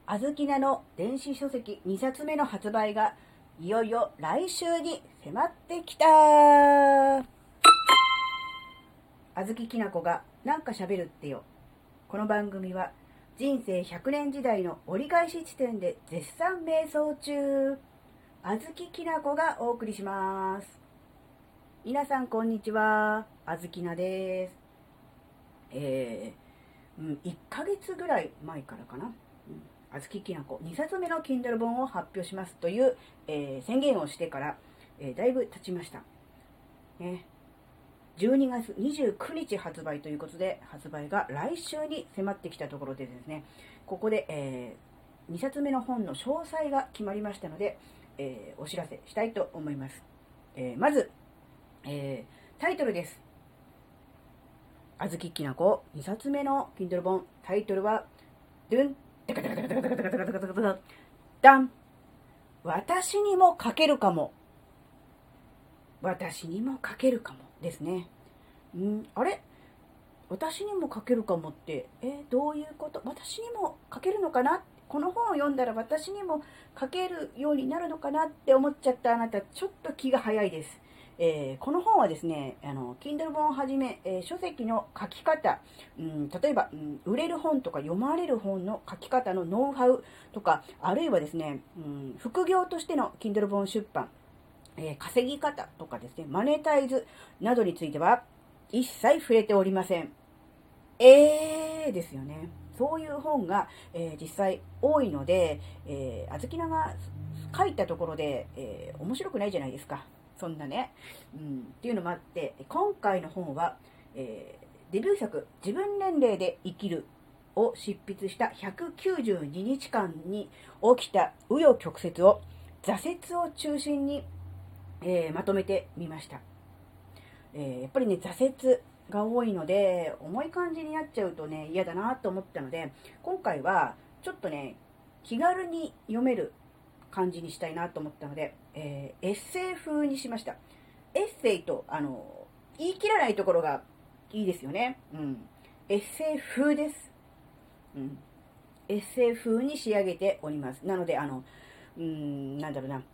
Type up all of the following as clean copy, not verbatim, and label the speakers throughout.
Speaker 1: あずきなの電子書籍2冊目の発売がいよいよ来週に迫ってきた。あずききなこがなんか喋るってよ。この番組は人生100年時代の折り返し地点で絶賛瞑想中、あずききなこがお送りします。皆さんこんにちは、あずきなです。1ヶ月ぐらい前からかな、あずききなこ2冊目の Kindle 本を発表しますという、宣言をしてから、だいぶ経ちました、ね。12月29日発売ということで、発売が来週に迫ってきたところでですね、ここで、2冊目の本の詳細が決まりましたので、お知らせしたいと思います。まず、タイトルです。あずききなこ2冊目の Kindle 本、タイトルはドゥンダン、私にも書けるかも。私にも書けるかもですね。あれ、私にも書けるかもって、どういうこと？私にも書けるのかな？この本を読んだら私にも書けるようになるのかなって思っちゃったあなた、ちょっと気が早いです。この本はですね、Kindle 本をはじめ、書籍の書き方、例えば、売れる本とか読まれる本の書き方のノウハウとか、あるいはですね、副業としての Kindle 本出版、稼ぎ方とかですね、マネタイズなどについては一切触れておりません。ですよね。そういう本が、実際多いので、あずきなが書いたところで、面白くないじゃないですか。そんなね。っていうのもあって、今回の本は、デビュー作、自分年齢で生きるを執筆した192日間に起きた紆余曲折を、挫折を中心に、まとめてみました。やっぱりね、挫折が多いので、重い感じになっちゃうとね、嫌だなと思ったので、今回はちょっとね、気軽に読める感じにしたいなと思ったので、エッセイ風にしました。エッセイと、言い切らないところがいいですよね。エッセイ風です。エッセイ風に仕上げております。なので、なんだろうな、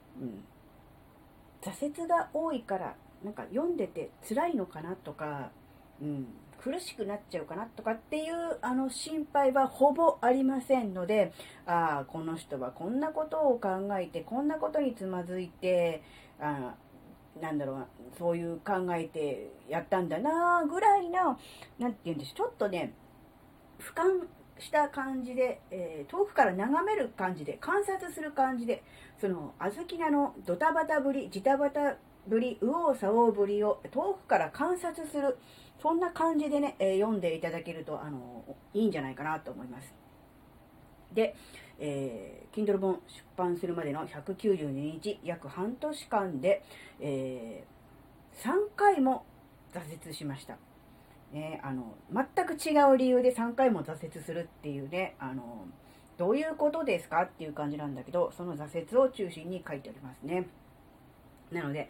Speaker 1: 挫折が多いから、なんか読んでて辛いのかなとか、苦しくなっちゃうかなとかっていう心配はほぼありませんので、この人はこんなことを考えて、こんなことにつまずいて、なんだろうな、そういう考えてやったんだなぐらいな、なんて言うんでしょう、ちょっとね、俯瞰した感じで、遠くから眺める感じで、観察する感じで、そのあずきなのドタバタぶり、ジタバタぶり、右往左往ぶりを遠くから観察する、そんな感じでね、読んでいただけるといいんじゃないかなと思います。で、Kindle 本出版するまでの192日、約半年間で、3回も挫折しました。ね、全く違う理由で3回も挫折するっていうね、どういうことですかっていう感じなんだけど、その挫折を中心に書いておりますね。なので、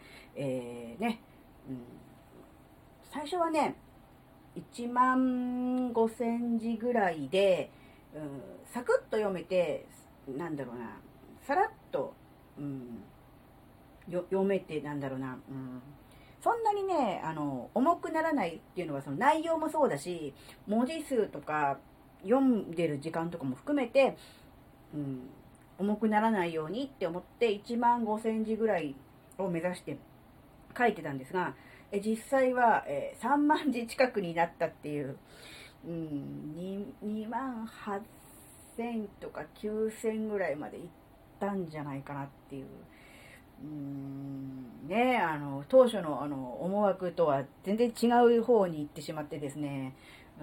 Speaker 1: 最初はね、1万5000字ぐらいで、サクッと読めて、なんだろうな、さらっと、読めて、なんだろうな、そんなにね、重くならないっていうのは、その内容もそうだし、文字数とか、読んでる時間とかも含めて、重くならないようにって思って、1万5000字ぐらいを目指して書いてたんですが、実際は、3万字近くになったっていう、2万8000とか9000ぐらいまでいったんじゃないかなっていう。当初の思惑とは全然違う方に行ってしまってですね、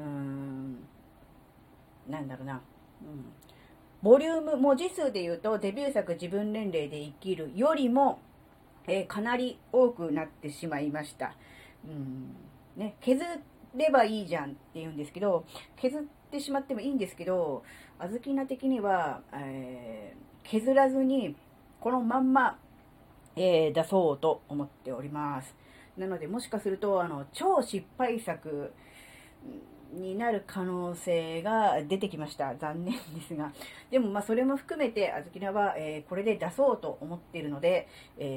Speaker 1: なんだろうな、ボリューム、文字数で言うとデビュー作自分年齢で生きるよりも、かなり多くなってしまいました。削ればいいじゃんって言うんですけど、削ってしまってもいいんですけど、あずきな的には、削らずにこのまんま出そうと思っております。なので、もしかすると、超失敗作になる可能性が出てきました。残念ですが。でも、それも含めて、あずきなは、これで出そうと思っているので、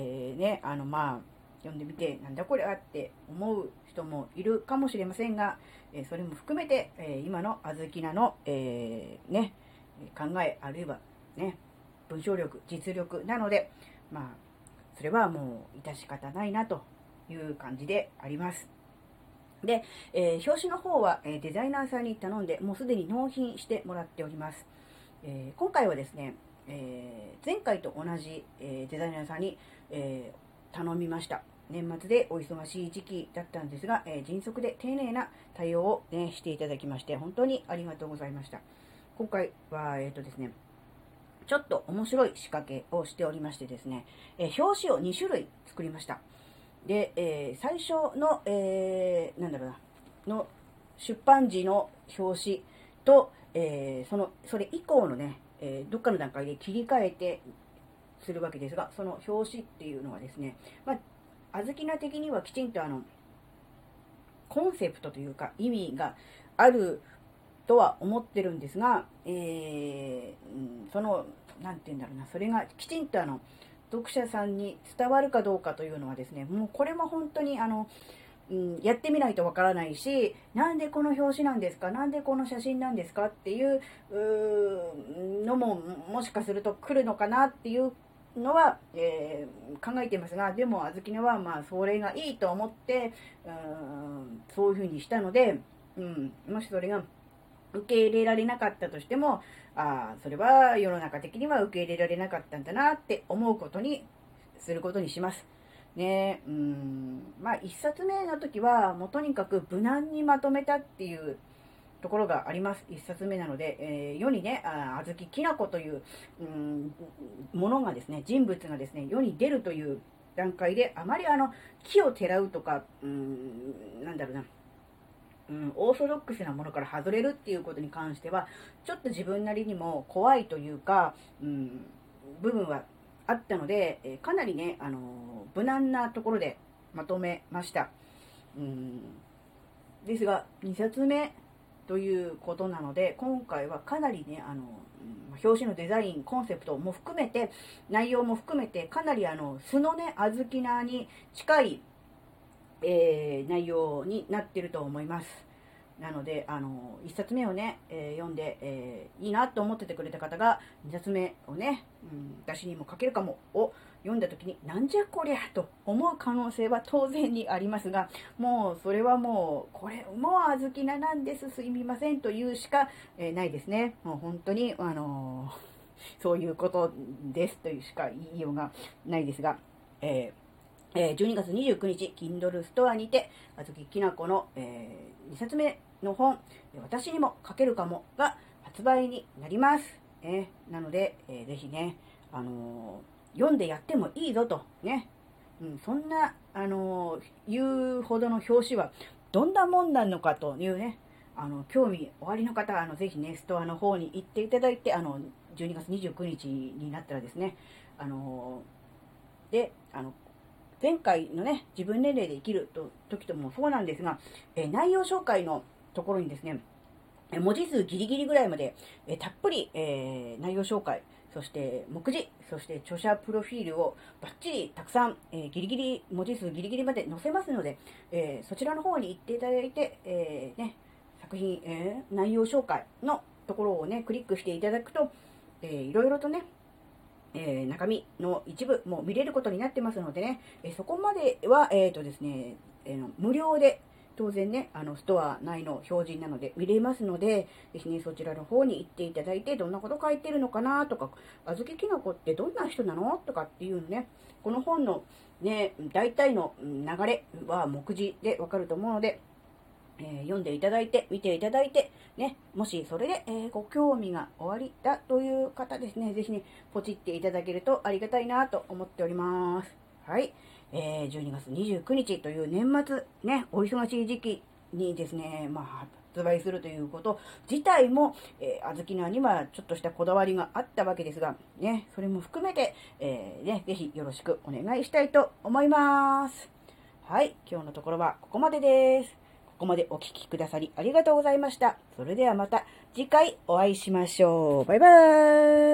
Speaker 1: 読んでみて、なんだこれはって思う人もいるかもしれませんが、それも含めて、今のあずきなの、考え、あるいはね、文章力、実力なので、それはもう致し方ないなという感じであります。で、表紙の方は、デザイナーさんに頼んで、もうすでに納品してもらっております。今回はですね、前回と同じ、デザイナーさんに、頼みました。年末でお忙しい時期だったんですが、迅速で丁寧な対応を、していただきまして、本当にありがとうございました。今回は、ですね、ちょっと面白い仕掛けをしておりましてですね、表紙を2種類作りました。で、最初の、の出版時の表紙と、それ以降のね、どっかの段階で切り替えてするわけですが、その表紙っていうのはですね、あずきな的にはきちんとコンセプトというか意味があるとは思ってるんですが、それがきちんと読者さんに伝わるかどうかというのはですね、もうこれも本当にやってみないとわからないし、なんでこの表紙なんですか、なんでこの写真なんですかっていうのももしかすると来るのかなっていうのは、考えていますが、でもあずきなはそれがいいと思ってそういうふうにしたので、もしそれが受け入れられなかったとしても、それは世の中的には受け入れられなかったんだなって思うことにすることにします。ね、一冊目の時はもうとにかく無難にまとめたっていうところがあります。一冊目なので、世にね、あずききなこという、ものがですね、人物がですね、世に出るという段階で、あまり木をてらうとか、オーソドックスなものから外れるっていうことに関しては、ちょっと自分なりにも怖いというか、部分はあったので、かなりね、無難なところでまとめました。ですが、2冊目ということなので、今回はかなりね、表紙のデザイン、コンセプトも含めて、内容も含めて、かなり素のね、あずきなに近い内容になっていると思います。なので、1冊目をね、読んで、いいなと思っててくれた方が、2冊目をね、私にも書けるかもを読んだ時に、なんじゃこりゃと思う可能性は当然にありますが、もうそれはもう、これもうあずきななんです、すみませんというしか、ないですね。もう本当に、そういうことですというしか言いようがないですが、12月29日、Kindle ストアにて、あずききなこの、2冊目の本、私にも書けるかもが発売になります。なので、ぜひね、読んでやってもいいぞと、ね、そんな、言うほどの表紙はどんなもんなのかというね、興味おありの方は、ぜひね、ストアの方に行っていただいて、12月29日になったらですね、前回のね、自分年齢で生きる時ともそうなんですが、内容紹介のところにですね、文字数ギリギリぐらいまで、たっぷり、内容紹介、そして目次、そして著者プロフィールをバッチリたくさん、文字数ギリギリまで載せますので、そちらの方に行っていただいて、作品、内容紹介のところをね、クリックしていただくと、いろいろとね、中身の一部も見れることになってますのでね、そこまでは、ですね、無料で、当然ね、ストア内の表示なので見れますので、ぜひね、そちらの方に行っていただいて、どんなこと書いてるのかなとか、あずききなこってどんな人なのとかっていうのね、この本のね、大体の流れは目次でわかると思うので、読んでいただいて、見ていただいて、ね、もしそれで、ご興味がおありだという方ですね、ぜひね、ポチっていただけるとありがたいなと思っております。はい。12月29日という年末、ね、お忙しい時期にですね、発売するということ自体も、あずきなにはちょっとしたこだわりがあったわけですが、ね、それも含めて、ぜひよろしくお願いしたいと思います。はい、今日のところはここまでです。ここまでお聞きくださりありがとうございました。それではまた次回お会いしましょう。バイバーイ。